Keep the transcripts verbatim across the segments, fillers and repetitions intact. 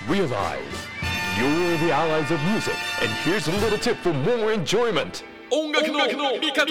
Realize you're the allies of music, and here's a little tip for more enjoyment. 音楽の味方。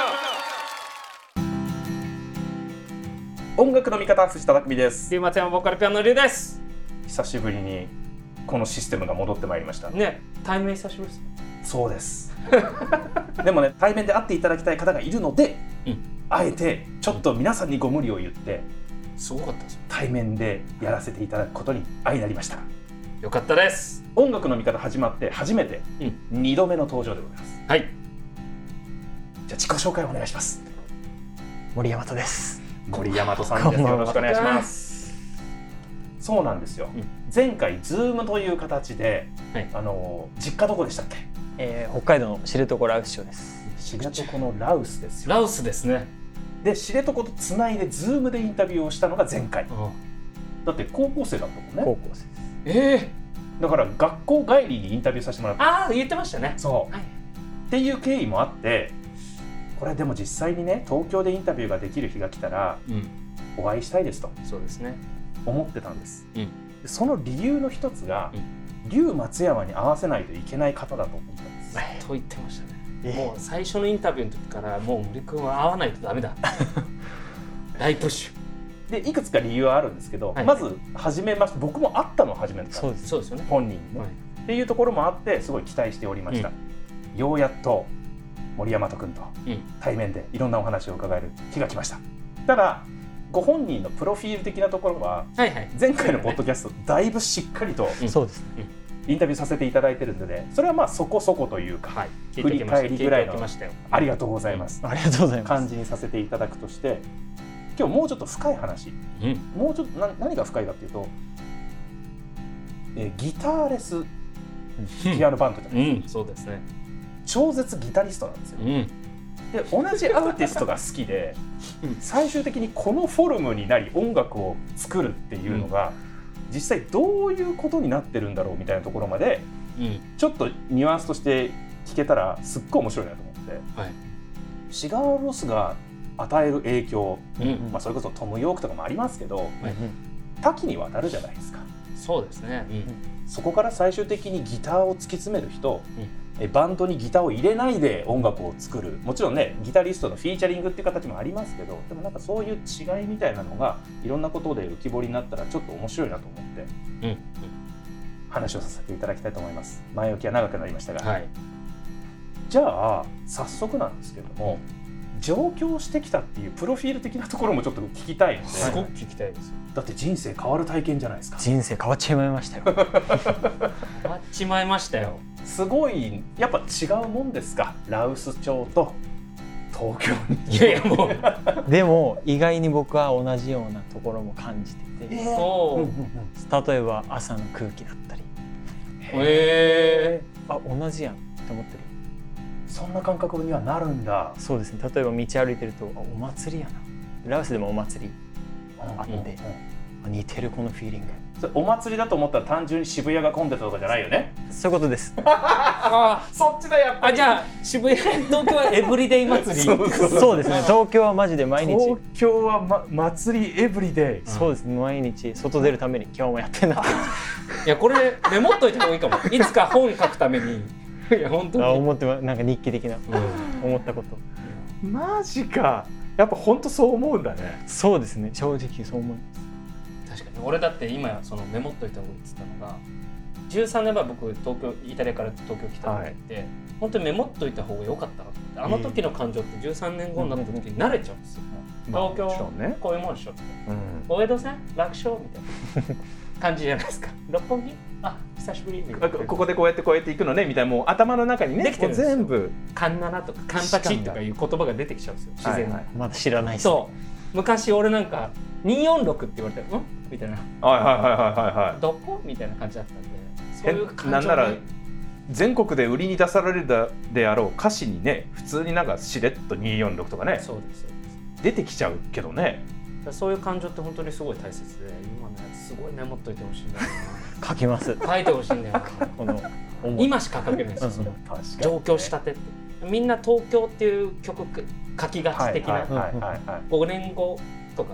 音楽の味方、藤田匠です。 リュウマツヤマボーカルピアノのリュウです。 久しぶりにこのシステムが戻ってまいりましたね。対面久しぶりです。 そうですでもね、対面で会っていただきたい方がいるので、うん、あえてちょっと皆さんにご無理を言って、 うん、すごかったです。 対面でやらせていただくことに相なりました。 よかったです。 音楽の味方始まって初めてにどめの登場でございます、 うん、はい。 じゃあ自己紹介お願いします。 森大和です。 森大和さんです。よろしくお願いします。そうなんですよ、うん、前回 Zoom という形で、はい、あの実家どこでしたっけ？ えー、北海道の知床羅臼町です。 知床の羅臼ですよ。 羅臼ですね。 で、知床とつないで Zoom でインタビューをしたのが前回、うん、だって高校生だったもんね。 高校生です。 えー、だから学校帰りにインタビューさせてもらった。 ああ、言ってましたね。 そう、 はい、 っていう経緯もあって、これでも実際にね、東京でインタビューができる日が来たら、うん、お会いしたいですと。 そうですね、 思ってたんです、うん、でその理由の一つが、うん、リュウマツヤマに合わせないといけない方だと思ったんです。 と言ってましたね、えー、もう最初のインタビューの時からもう森くんは合わないとダメだ大プッシュで、いくつか理由はあるんですけど、はい、まず初めまして、僕も会ったのは初めてだったんです。 そうですよね、 本人にね、 はい、 っていうところもあってすごい期待しておりました、うん、ようやっと森大和くんと対面でいろんなお話を伺える日が来ました。ただご本人のプロフィール的なところは前回のポッドキャストだいぶしっかりとインタビューさせていただいてるので、それはまあそこそこというか、はい、振り返りぐらいのありがとうございます、 ありがとうございます感じにさせていただくとして、今日もうちょっと深い話、うん、もうちょっとな何が深いかっていうと、えギターレスピアノバンドじゃないですか、 うん、そうですね。 超絶ギタリストなんですよ、うん、で同じアーティストが好きで最終的にこのフォルムになり音楽を作るっていうのが、うん、実際どういうことになってるんだろうみたいなところまで、うん、ちょっとニュアンスとして聞けたらすっごい面白いなと思って、はい、シガーロスが与える影響、うんまあ、それこそトム・ヨークとかもありますけど、はい、多岐にわたるじゃないですか。 そうですね、 うん、そこから最終的にギターを突き詰める人、うん、えバンドにギターを入れないで音楽を作る、もちろんねギタリストのフィーチャリングっていう形もありますけど、でもなんかそういう違いみたいなのがいろんなことで浮き彫りになったらちょっと面白いなと思って、うんうん、話をさせていただきたいと思います。前置きは長くなりましたが、はい、じゃあ早速なんですけれども、上京してきたっていうプロフィール的なところもちょっと聞きたいので。 すごく聞きたいですよ。 だって人生変わる体験じゃないですか。 人生変わっちまいましたよ変わっちまいましたよ。 すごいやっぱ違うもんですか、羅臼町と東京に。 いやいやもうでも意外に僕は同じようなところも感じてて、えー、例えば朝の空気だったり、 へーあ同じやんって思ってる。 そんな感覚にはなるんだ。 そうですね。例えば道歩いてるとあお祭りやな、羅臼でもお祭りあって、うんうんうん、似てるこのフィーリング。 それお祭りだと思ったら単純に渋谷が混んでたとかじゃないよね。 そういうことですあそっちだやっぱり。 あじゃあ渋谷東京はエブリデイ祭りそうそうそうそうですね。東京はマジで毎日。 東京は、ま、祭りエブリデイ、うん、 そうですね。毎日外出るために今日もやってんだっていやこれメモっといた方がいいかもいつか本書くためにいや本当にあ思ってなんか日記的な、うん、思ったこと。 マジか。やっぱ本当そう思うんだね。 そうですね。正直そう思います。 確かに俺だって今そのメモっといた方がいいって言ったのがじゅうさんねんまえ僕東京イタリアから東京来た時って、はい、本当にメモっといた方が良かったなって。あの時の感情ってじゅうさんねんごになった時に慣れちゃうんですよ、うん、東京、まあね、こういうもんでしょって、うん、大江戸線楽勝みたいな感じじゃないですか。六本木あ久しぶりみたいな、 ここでこうやってこうやって行くのねみたいな、もう頭の中にねできてるんですよ。 全部カンナナとかカンパチとかいう言葉が出てきちゃうんですよ自然に、はいはい、 まだ知らないっす。 そう昔俺なんかにひゃくよんじゅうろくって言われてんみたいな、 はいはいはいはいはい、 どこみたいな感じだったんで、そういう感情なんなら全国で売りに出されるであろう歌詞にね、普通になんかしれっとにひゃくよんじゅうろくとかね、 そうですそうです出てきちゃうけどね。 そういう感情って本当にすごい大切で、今のやつすごいメモっといてほしいんだよな。 書きます。 書いてほしいんだよなこの今しか書けないですよ、その上京したてって。みんな東京っていう曲書きがち的なごねんごとか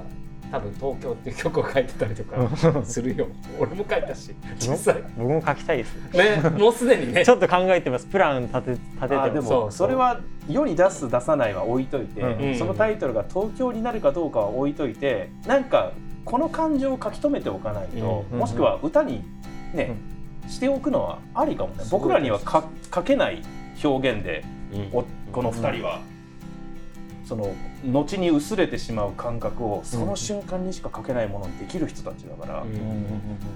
多分東京っていう曲を書いてたりとかするよ俺も書いたし実際僕も書きたいですねもうすでにねちょっと考えてますプラン立て立ててますでもそれは世に出す出さないは置いといて、 うん、 そのタイトルが東京になるかどうかは置いといてなんかこの感情を書き留めておかないと、うん、もしくは歌にね、うん、しておくのはありかもね僕らにはか書けない表現で、うん、このふたりは、うん、その後に薄れてしまう感覚をその瞬間にしか書けないものにできる人たちだから、うん、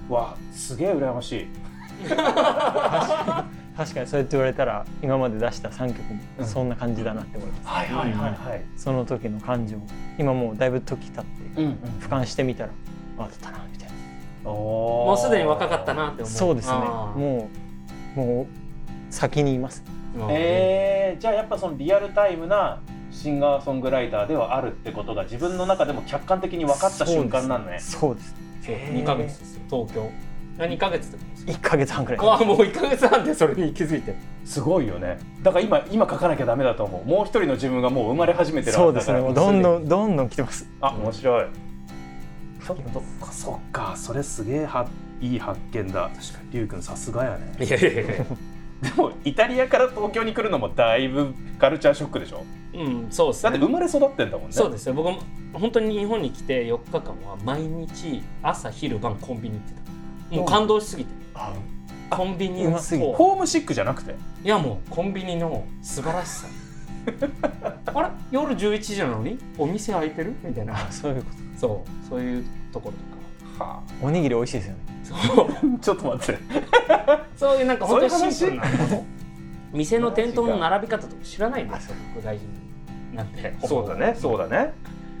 わすげえ羨ましい確かにそうやって言われたら今まで出したさんきょくもそんな感じだなって思います、うん、 はいはいはいはいその時の感情今もうだいぶ時経って俯瞰してみたら、うんうん、あだったなみたいなもうすでに若かったなって思うそうですねもうもう先にいます、 えー、じゃあやっぱそのリアルタイムなシンガーソングライターではあるってことが自分の中でも客観的に分かった瞬間なのねそうです、 そうですにかげつですよ東京にかげつってことですかいっかげつはんくらいあもういっかげつはんでそれに気づいてすごいよねだから 今, 今書かなきゃダメだと思うもう一人の自分がもう生まれ始めてるそうですねもうどんどんどんどん来てますあ面白いちょっとそっかそれすげえいい発見だ確かにリュウ君さすがやねいやいやいやでもイタリアから東京に来るのもだいぶカルチャーショックでしょうんそうですねだって生まれ育ってんだもんねそうですよ僕も本当に日本に来てよっかかんは毎日朝昼晩コンビニ行ってたもう感動しすぎてあコンビニうますぎホームシックじゃなくていやもうコンビニの素晴らしさあれ夜じゅういちじなのにお店開いてるみたいなそういうことそうそういうところとか、はあ、おにぎり美味しいですよねそうちょっと待ってそういうなんか本当にシンプルなこと店の店頭の並び方とか知らないんですよ僕大事になんてそうだねそうだねへ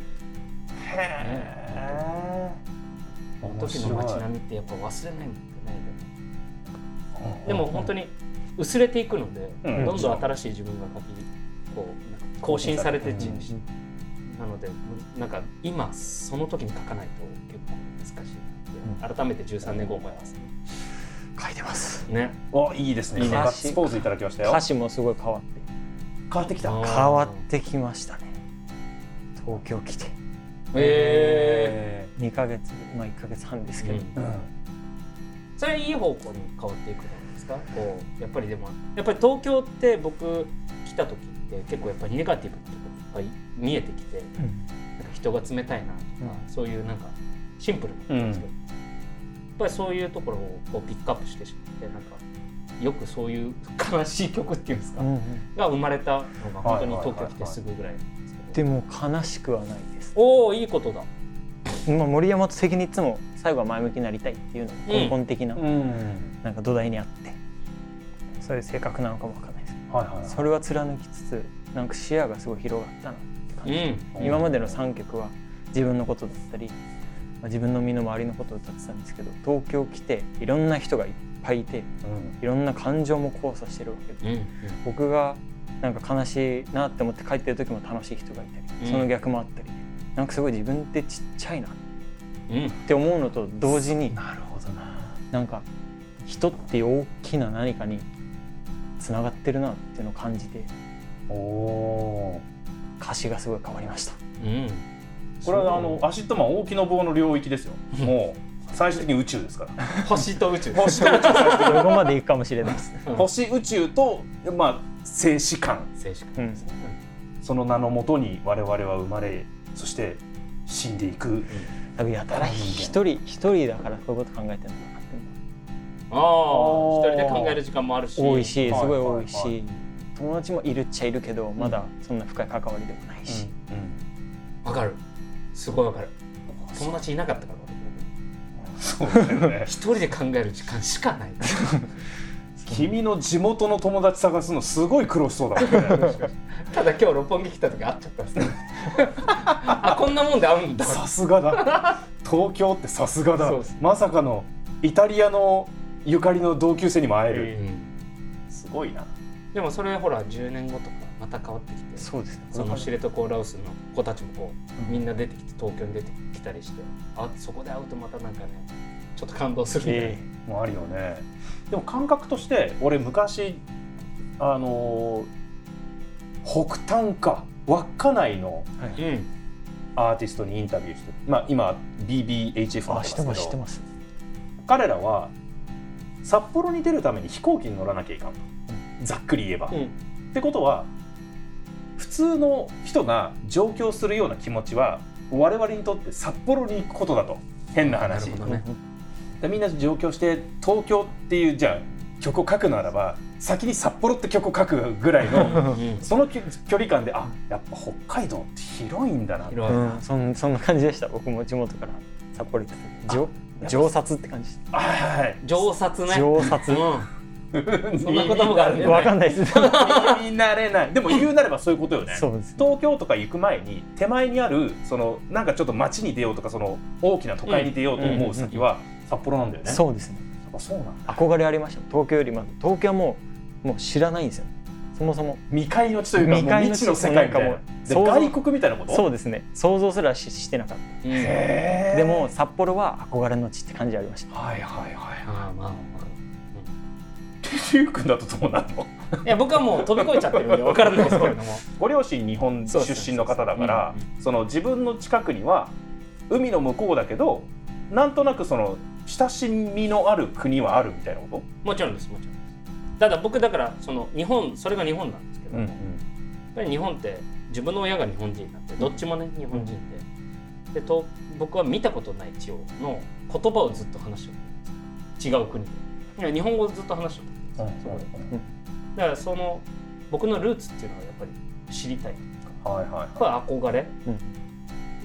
えこの時の街並みってやっぱ忘れないもんねでも本当に薄れていくので、うん、どんどん新しい自分が書きこうなんか更新されていく、うん、なのでなんか今その時に書かないと結構難しいなって改めてじゅうさんねんご思いますね書いてますねおいいですねガッツポーズいただきましたよ歌詞もすごい変わって変わってきた変わってきましたね東京来てへーにかげつまあいっかげつはんですけど、うんうん、 それいい方向に変わっていくんですかこうやっぱりでもやっぱり東京って僕来た時って結構やっぱりネガティブなところが見えてきて、うん、なんか人が冷たいなとか、うん、そういうなんかシンプルなんですけど、うん、やっぱりそういうところをこうピックアップしてしまってなんかよくそういう悲しい曲っていうんですか、うんうん、が生まれたのが本当に東京来てすぐぐらいなんですけど、 でも悲しくはないです。 おおいいことだ。 まあ、森山と関にいつも最後は前向きになりたいっていうのが根本的な、うん、なんか土台にあってそういう性格なのかもわかんないです、はいはいはい、それは貫きつつなんか視野がすごい広がったなって感じ、うん、今までのさんきょくは自分のことだったり、まあ、自分の身の回りのことを歌ってたんですけど東京来ていろんな人がいっぱいいて、うん、いろんな感情も交差してるわけで、うんうん、僕がなんか悲しいなって思って帰ってる時も楽しい人がいたり、うん、その逆もあったりなんかすごい自分ってちっちゃいなって思うのと同時に、うん、なるほどな、なんか人っていう大きな何かにつながってるなっていうのを感じて、お歌詞がすごい変わりました、うん、 これはあのアシッドマン大木の棒の領域ですよもう最終的に宇宙ですから星と宇宙星と宇宙どこまで行くかもしれないです、 うん、星宇宙と、まあ、静止感静止感ですね、 うん、その名のもとに我々は生まれそして死んでいく、 うん、やたら一人一人だからそういうこと考えてるのかなってああ一人で考える時間もあるし多いしすごい多いし、はいはいはい、友達もいるっちゃいるけど、うん、まだそんな深い関わりでもないしわ、うんうん、かるすごいわかる友達いなかったからそうだよね一人で考える時間しかない君の地元の友達探すのすごい苦労しそうだもんねただ今日六本木来た時会っちゃったんですねあこんなもんで会うんださすがだ東京ってさすがだまさかのイタリアのゆかりの同級生にも会える、うん、すごいな。 でもそれほらじゅうねんごとかまた変わってきてそうですねその知床羅臼の子たちもこう、うん、みんな出てきて東京に出てきたりしてあそこで会うとまたなんかねちょっと感動するみたいな、えー、もうあるよね。でも感覚として俺昔あのー、北端か稚内のアーティストにインタビューして、まあ、今 ビービーエイチエフ になってますけど、 知ってます、 彼らは札幌に出るために飛行機に乗らなきゃいかんと、うん、ざっくり言えば、うん、ってことは普通の人が上京するような気持ちは我々にとって札幌に行くことだと。変な話、なるほどね、でみんな上京して東京っていうじゃあ曲を書くならば先に札幌って曲を書くぐらいのその距離感で、あ、やっぱ北海道って広いんだな、 広いな、うん、そん、そんな感じでした。僕も地元から札幌行ってた上札って感じでした。 はい、 上札ね、 上札、うんそんな言葉があるんだよね。 わかんないです。 になれない。でも言うなればそういうことよね。 そうです。 東京とか行く前に手前にあるそのなんかちょっと街に出ようとかその大きな都会に出ようと思う先は札幌なんだよね。 そうですね。 あ、そうなんだ。 憧れありました。東京よりまだ東京はもうもう知らないんですよ。そもそも未開の地というか未開の地の世界みたいな。外国みたいなこと？ そうですね。想像すら し, してなかった。へー。でも札幌は憧れの地って感じありました。 はいはいはい。 ああまあ。 リュウ君だとどうなるの？ いや僕はもう飛び越えちゃってるんで分からないですけれどもご両親日本出身の方だからその自分の近くには海の向こうだけどなんとなくその親しみのある国はあるみたいなこと？ もちろんですもちろんです。ただ僕だからその日本それが日本なんですけど、うんうん、やっぱり日本って自分の親が日本人になってどっちもね日本人で、でと僕は見たことない地方の言葉をずっと話してるんです。違う国でいや日本語をずっと話してる。そこでだからその僕のルーツっていうのはやっぱり知りたいとか、はいはいはい、これは憧れ、うん、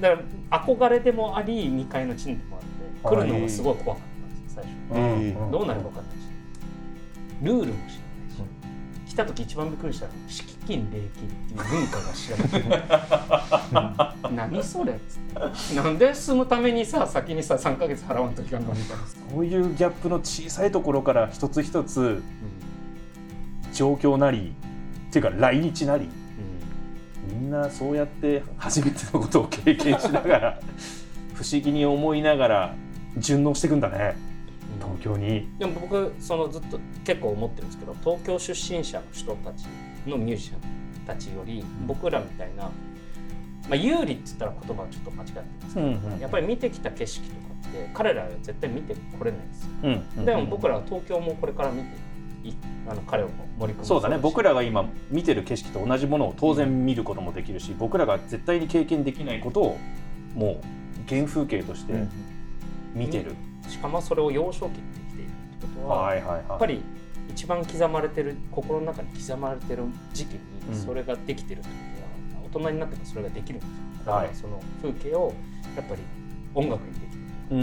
だから憧れでもあり未開の地でもあって、はい、来るのがすごい怖かったんですよ最初、うん、どうなるか分かんないしルールも知らないし、うん、来た時一番びっくりしたのは敷金礼金っていう文化が知らない、うん、何それっつってなんで住むためにさ先にささんかげつ払わんといかんのみたいなそういうギャップの小さいところから一つ一つ、うん状況なりっていうか来日なり、うん、みんなそうやって初めてのことを経験しながら不思議に思いながら順応していくんだね、うん、東京に。 でも僕そのずっと結構思ってるんですけど東京出身者の人たちのミュージシャンたちより僕らみたいな、まあ、有利って言ったら言葉はちょっと間違ってますけど、うんうん、やっぱり見てきた景色とかって彼らは絶対見てこれないですよ、うんうん、でも僕らは東京もこれから見てあの彼を盛り込むそうだね僕らが今見てる景色と同じものを当然見ることもできるし僕らが絶対に経験できないことをもう原風景として見てる、 うん、しかもそれを幼少期ってきているってことは、はいはいはい、やっぱり一番刻まれてる心の中に刻まれてる時期にそれができてるってことは、うん、大人になってもそれができるんですよ。だからその風景をやっぱり音楽にできる、うん、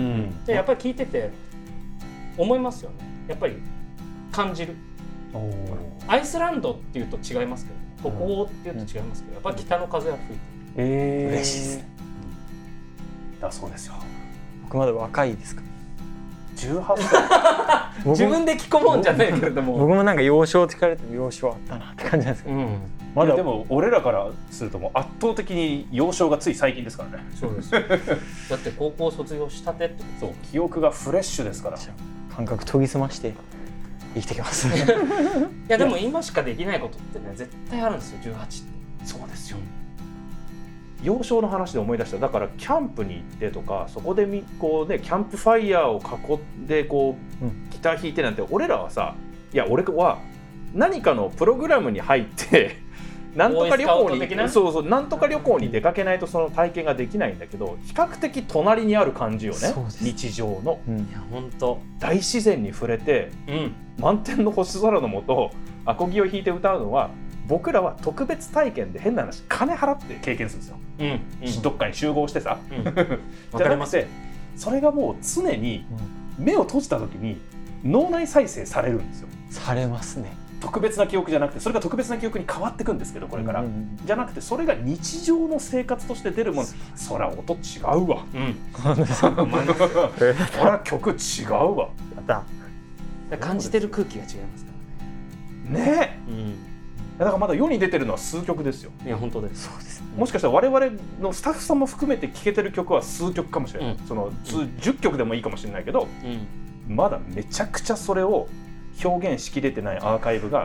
でやっぱり聞いてて思いますよねやっぱり感じる。アイスランドっていうと違いますけど北欧っていうと違いますけど、うん、やっぱり北の風は吹いてる、 えー、嬉しいですね、 うん、だそうですよ。 僕まだ若いですかじゅうはっさい自分で着込むんじゃないけれども僕もなんか幼少って聞かれても幼少あったなって感じなんですけど、うん、 まだでも俺らからするともう圧倒的に幼少がつい最近ですからね。 そうですだって高校卒業したてってそう記憶がフレッシュですから感覚研ぎ澄まして生きてきますいやでも今しかできないことってね絶対あるんですよじゅうはちって。 そうですよ。幼少の話で思い出した。だからキャンプに行ってとかそこでみこうねキャンプファイヤーを囲んでこう、うん、ギター弾いてなんて俺らはさいや俺は何かのプログラムに入ってなんとか旅行にそうそうなんとか旅行に出かけないとその体験ができないんだけど比較的隣にある感じよね日常の、 うん、いや本当大自然に触れて、うん、満天の星空の下アコギを弾いて歌うのは僕らは特別体験で変な話金払って経験するんですよ、うんうん、どっかに集合してさ、うん、じゃなくてそれがもう常に目を閉じた時に脳内再生されるんですよ。 されますね。 特別な記憶じゃなくてそれが特別な記憶に変わっていくんですけどこれから、うんうん、じゃなくてそれが日常の生活として出るものそりゃ音違うわ、うん、そりゃ曲違うわまた感じてる空気が違いますからね。 ねえ、うん、だからまだ世に出てるのは数曲ですよ。 いや本当です。 そうです、 ね、もしかしたら我々のスタッフさんも含めて聴けてる曲は数曲かもしれない、うん、そのじゅっきょくでもいいかもしれないけど、うん、まだめちゃくちゃそれを表現しきれてないアーカイブが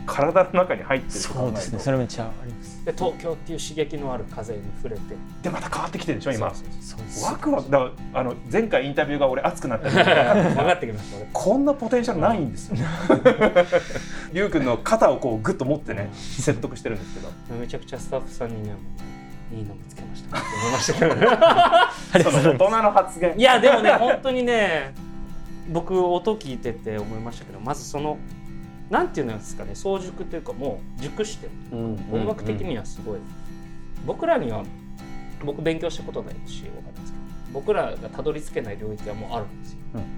体の中に入ってると考えると、 そうですね、それめっちゃあります。 で東京っていう刺激のある風に触れて、 でまた変わってきてるでしょ今。 そうそうそうワクワクだから、あの前回インタビューが俺熱くなったけど分かってきました俺。 こんなポテンシャルないんですよ。ゆうくんの肩をこうグッと持ってね説得してるんですけど、 めちゃくちゃスタッフさんにね、もういいの見つけましたって思いましたけどね。 その大人の発言。 いやでもね本当にね、僕音聞いてて思いましたけど、まずそのなんていうんですかね、早熟というかもう熟してる、うん、音楽的にはすごい、うん、僕らには僕勉強したことないし分かるんですけど、僕らがたどり着けない領域はもうあるんですよ、うんうん、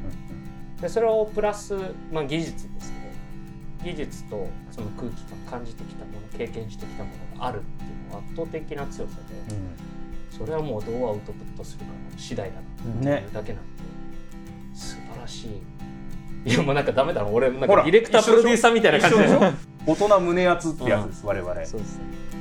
でそれをプラス、まあ、技術ですけど、技術とその空気感感じてきたもの、経験してきたものがあるっていうのは圧倒的な強さで、うん、それはもうどうアウトプットするかの次第だなっていうだけなんで、ね、素晴らしい。いやもうなんかダメだろ、俺なんかディレクタープロデューサーみたいな感じでしょ。 大人胸熱ってやつです、うん、我々。 そうですね。